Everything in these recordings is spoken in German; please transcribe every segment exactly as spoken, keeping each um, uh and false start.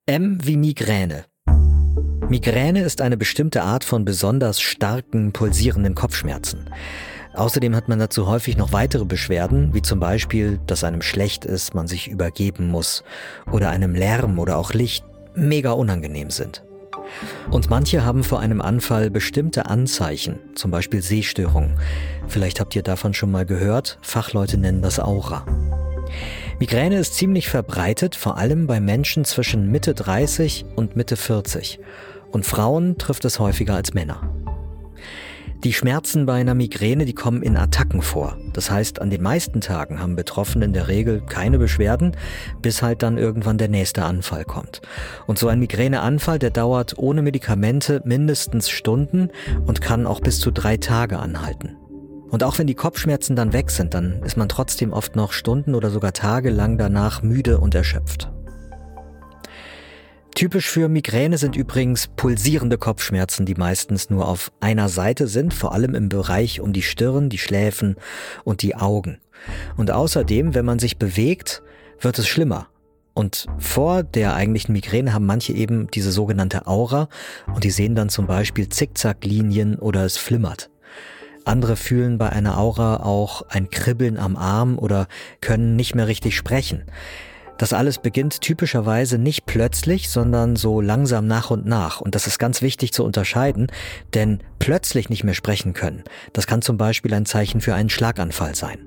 M wie Migräne. Migräne ist eine bestimmte Art von besonders starken, pulsierenden Kopfschmerzen. Außerdem hat man dazu häufig noch weitere Beschwerden, wie zum Beispiel, dass einem schlecht ist, man sich übergeben muss oder einem Lärm oder auch Licht mega unangenehm sind. Und manche haben vor einem Anfall bestimmte Anzeichen, zum Beispiel Sehstörungen. Vielleicht habt ihr davon schon mal gehört, Fachleute nennen das Aura. Migräne ist ziemlich verbreitet, vor allem bei Menschen zwischen Mitte dreißig und Mitte vierzig. Und Frauen trifft es häufiger als Männer. Die Schmerzen bei einer Migräne, die kommen in Attacken vor. Das heißt, an den meisten Tagen haben Betroffene in der Regel keine Beschwerden, bis halt dann irgendwann der nächste Anfall kommt. Und so ein Migräneanfall, der dauert ohne Medikamente mindestens Stunden und kann auch bis zu drei Tage anhalten. Und auch wenn die Kopfschmerzen dann weg sind, dann ist man trotzdem oft noch Stunden oder sogar Tage lang danach müde und erschöpft. Typisch für Migräne sind übrigens pulsierende Kopfschmerzen, die meistens nur auf einer Seite sind, vor allem im Bereich um die Stirn, die Schläfen und die Augen. Und außerdem, wenn man sich bewegt, wird es schlimmer. Und vor der eigentlichen Migräne haben manche eben diese sogenannte Aura und die sehen dann zum Beispiel Zickzacklinien oder es flimmert. Andere fühlen bei einer Aura auch ein Kribbeln am Arm oder können nicht mehr richtig sprechen. Das alles beginnt typischerweise nicht plötzlich, sondern so langsam nach und nach. Und das ist ganz wichtig zu unterscheiden, denn plötzlich nicht mehr sprechen können, das kann zum Beispiel ein Zeichen für einen Schlaganfall sein.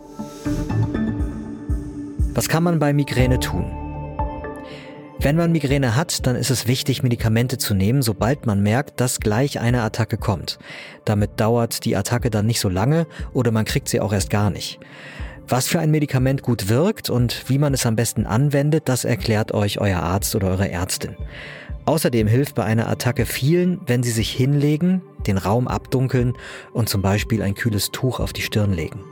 Was kann man bei Migräne tun? Wenn man Migräne hat, dann ist es wichtig, Medikamente zu nehmen, sobald man merkt, dass gleich eine Attacke kommt. Damit dauert die Attacke dann nicht so lange oder man kriegt sie auch erst gar nicht. Was für ein Medikament gut wirkt und wie man es am besten anwendet, das erklärt euch euer Arzt oder eure Ärztin. Außerdem hilft bei einer Attacke vielen, wenn sie sich hinlegen, den Raum abdunkeln und zum Beispiel ein kühles Tuch auf die Stirn legen.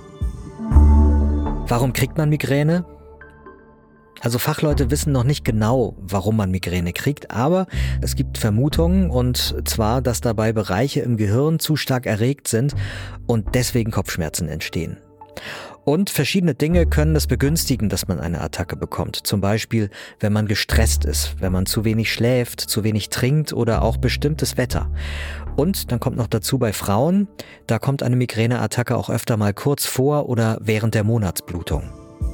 Warum kriegt man Migräne? Also Fachleute wissen noch nicht genau, warum man Migräne kriegt, aber es gibt Vermutungen, und zwar, dass dabei Bereiche im Gehirn zu stark erregt sind und deswegen Kopfschmerzen entstehen. Und verschiedene Dinge können es begünstigen, dass man eine Attacke bekommt. Zum Beispiel, wenn man gestresst ist, wenn man zu wenig schläft, zu wenig trinkt oder auch bestimmtes Wetter. Und dann kommt noch dazu bei Frauen, da kommt eine Migräneattacke auch öfter mal kurz vor oder während der Monatsblutung.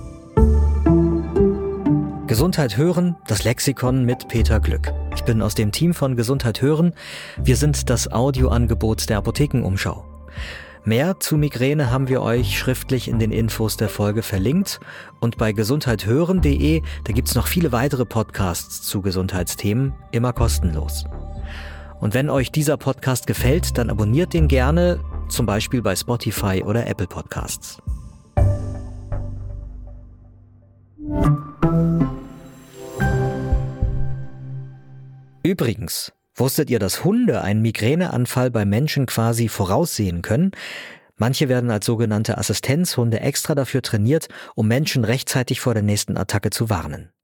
Gesundheit hören, das Lexikon mit Peter Glück. Ich bin aus dem Team von Gesundheit hören. Wir sind das Audioangebot der Apothekenumschau. Mehr zu Migräne haben wir euch schriftlich in den Infos der Folge verlinkt. Und bei gesundheit hören punkt de, da gibt's noch viele weitere Podcasts zu Gesundheitsthemen, immer kostenlos. Und wenn euch dieser Podcast gefällt, dann abonniert den gerne, zum Beispiel bei Spotify oder Apple Podcasts. Übrigens, wusstet ihr, dass Hunde einen Migräneanfall bei Menschen quasi voraussehen können? Manche werden als sogenannte Assistenzhunde extra dafür trainiert, um Menschen rechtzeitig vor der nächsten Attacke zu warnen.